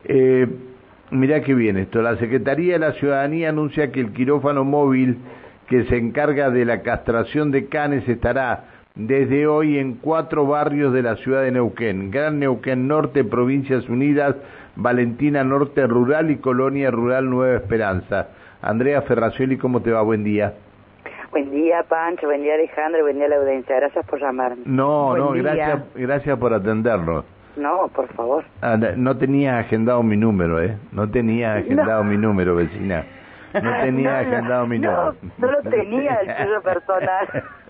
Eh, Mirá qué bien esto. La Secretaría de la Ciudadanía anuncia que el quirófano móvil que se encarga de la castración de canes estará desde hoy en 4 barrios de la ciudad de Neuquén: Gran Neuquén Norte, Provincias Unidas, Valentina Norte Rural y Colonia Rural Nueva Esperanza. Andrea Ferracioli, ¿cómo te va? Buen día. Buen día, Pancho, buen día, Alejandro, buen día a la audiencia. Gracias por llamarme. No, gracias por atendernos. No, por favor. No tenía agendado mi número, No tenía agendado mi número, vecina. No tenía agendado mi número. No lo tenía el tuyo personal.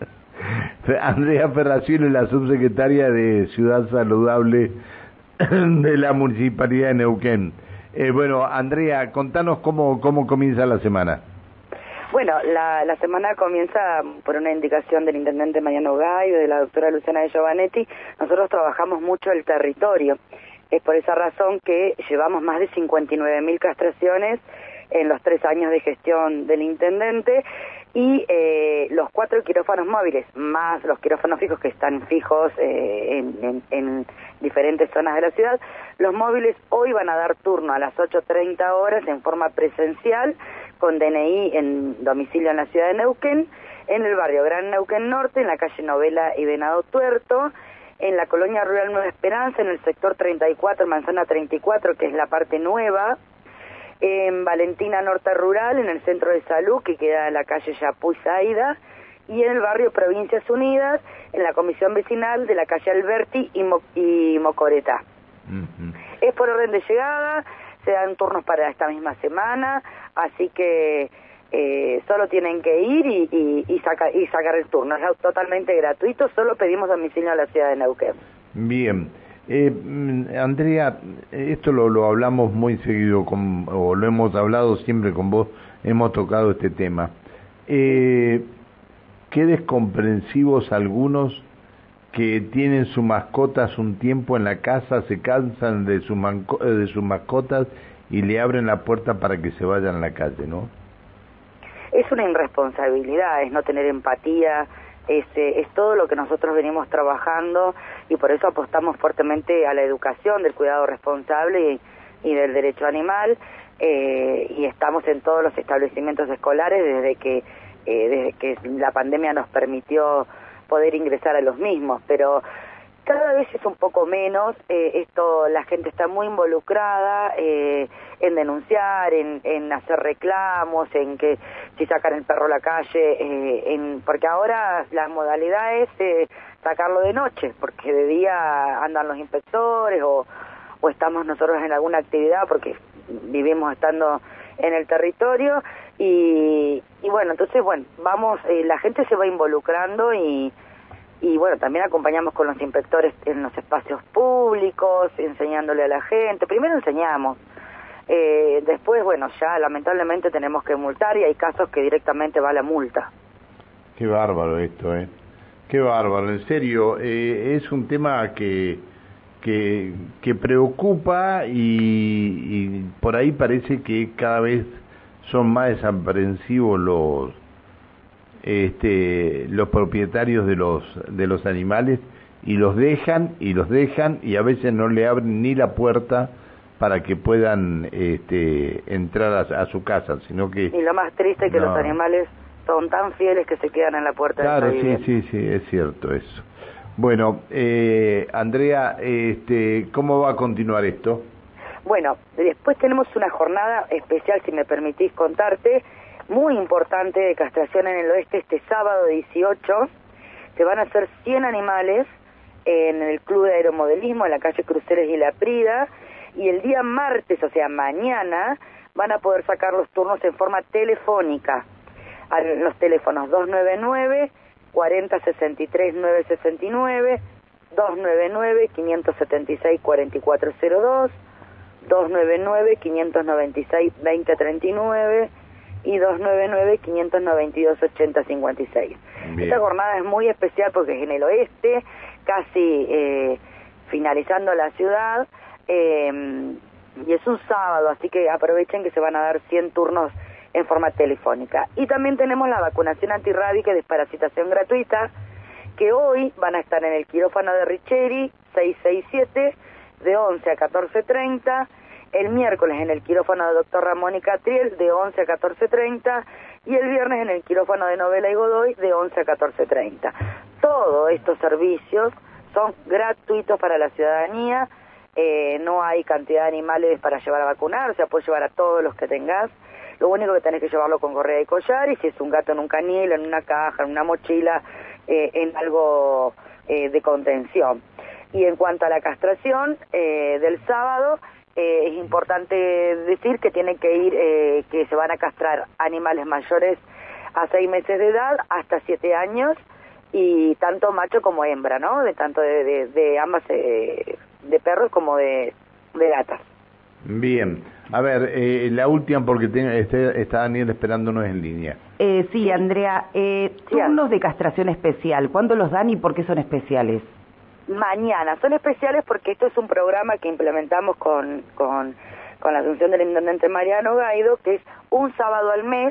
Andrea Ferracioli, la subsecretaria de Ciudad Saludable de la Municipalidad de Neuquén. Bueno, Andrea, contanos cómo comienza la semana. Bueno, la semana comienza por una indicación del intendente Mariano Gayo y de la doctora Luciana de Giovanetti. Nosotros trabajamos mucho el territorio. Es por esa razón que llevamos más de 59.000 castraciones en los 3 años de gestión del intendente, y los 4 quirófanos móviles, más los quirófanos fijos que están fijos en diferentes zonas de la ciudad. Los móviles hoy van a dar turno a las 8:30 horas en forma presencial, con DNI en domicilio en la ciudad de Neuquén, en el barrio Gran Neuquén Norte, en la calle Novela y Venado Tuerto, en la colonia rural Nueva Esperanza, en el sector 34, manzana 34, que es la parte nueva, en Valentina Norte Rural, en el centro de salud, que queda en la calle Yapú y Zaida, y en el barrio Provincias Unidas, en la comisión vecinal de la calle Alberti y Mocoreta. Es por orden de llegada, se dan turnos para esta misma semana, así que solo tienen que ir y sacar el turno. Es totalmente gratuito, solo pedimos domicilio a la ciudad de Neuquén. Bien. Andrea, esto lo hablamos muy seguido, o lo hemos hablado siempre con vos, hemos tocado este tema. Qué descomprensivos algunos que tienen sus mascotas un tiempo en la casa, se cansan de sus mascotas y le abren la puerta para que se vayan a la calle, ¿no? Es una irresponsabilidad, es no tener empatía, es todo lo que nosotros venimos trabajando, y por eso apostamos fuertemente a la educación del cuidado responsable y del derecho animal, y estamos en todos los establecimientos escolares desde que la pandemia nos permitió poder ingresar a los mismos, pero cada vez es un poco menos. La gente está muy involucrada en denunciar, en hacer reclamos, en que si sacan el perro a la calle, porque ahora la modalidad es sacarlo de noche, porque de día andan los inspectores o estamos nosotros en alguna actividad porque vivimos estando en el territorio, y bueno, entonces vamos, la gente se va involucrando y bueno, también acompañamos con los inspectores en los espacios públicos, enseñándole a la gente. Primero enseñamos, después, bueno, ya lamentablemente tenemos que multar, y hay casos que directamente va la multa. Qué bárbaro esto, Qué bárbaro, en serio. Es un tema que preocupa, y por ahí parece que cada vez son más desaprensivos los propietarios de los animales, y los dejan y a veces no le abren ni la puerta para que puedan entrar a su casa, sino que... Y lo más triste es que los animales son tan fieles que se quedan en la puerta. Claro, sí, es cierto eso. Bueno, Andrea, ¿cómo va a continuar esto? Bueno, después tenemos una jornada especial, si me permitís contarte, muy importante, de castración en el oeste. Este sábado 18 se van a hacer 100 animales en el Club de Aeromodelismo, en la calle Cruceres y La Prida, y el día martes, o sea mañana, van a poder sacar los turnos en forma telefónica a los teléfonos 299 40 63 969, 299 576 4402, 299 596 2039 y 299-592-8056. Esta jornada es muy especial porque es en el oeste, casi finalizando la ciudad, y es un sábado, así que aprovechen que se van a dar 100 turnos en forma telefónica. Y también tenemos la vacunación antirrábica y desparasitación gratuita, que hoy van a estar en el quirófano de Richeri 667, de 11 a 14:30, el miércoles en el quirófano de Dr. Ramón y Catriel de 11 a 14:30 y el viernes en el quirófano de Novela y Godoy de 11 a 14:30. Todos estos servicios son gratuitos para la ciudadanía, no hay cantidad de animales para llevar a vacunar, o sea, puedes llevar a todos los que tengas. Lo único que tenés que llevarlo con correa y collar, y si es un gato en un canil, en una caja, en una mochila, en algo de contención. Y en cuanto a la castración del sábado, es importante decir que tienen que ir, que se van a castrar animales mayores a 6 meses de edad hasta 7 años, y tanto macho como hembra, ¿no? Tanto de ambas, de perros como de gatas. Bien. A ver, la última, porque está Daniel esperándonos en línea. Sí, Andrea, turnos de castración especial, ¿cuándo los dan y por qué son especiales? Mañana. Son especiales porque esto es un programa que implementamos con la asunción del intendente Mariano Gaido, que es un sábado al mes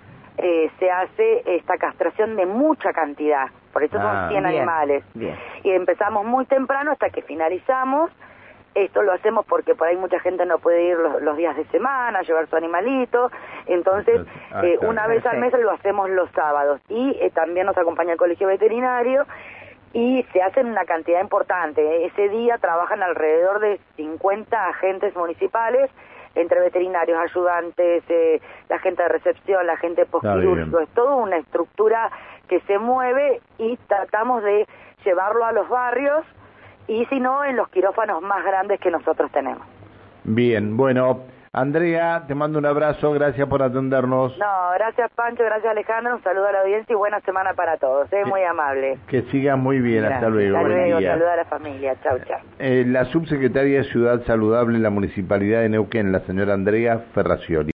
se hace esta castración de mucha cantidad, por eso son 100 animales. Bien. Y empezamos muy temprano hasta que finalizamos. Esto lo hacemos porque por ahí mucha gente no puede ir los días de semana a llevar su animalito, entonces una vez al mes lo hacemos los sábados, y también nos acompaña el colegio veterinario, y se hacen una cantidad importante. Ese día trabajan alrededor de 50 agentes municipales, entre veterinarios, ayudantes, la gente de recepción, la gente postquirúrgico. Es toda una estructura que se mueve, y tratamos de llevarlo a los barrios, y si no, en los quirófanos más grandes que nosotros tenemos. Bien, bueno, Andrea, te mando un abrazo, gracias por atendernos. No, gracias Pancho, gracias Alejandro, un saludo a la audiencia y buena semana para todos, muy amable. Que sigan muy bien, gracias. Hasta luego. Hasta luego, saludo a la familia, chau, chau. La subsecretaria de Ciudad Saludable en la Municipalidad de Neuquén, la señora Andrea Ferracioli.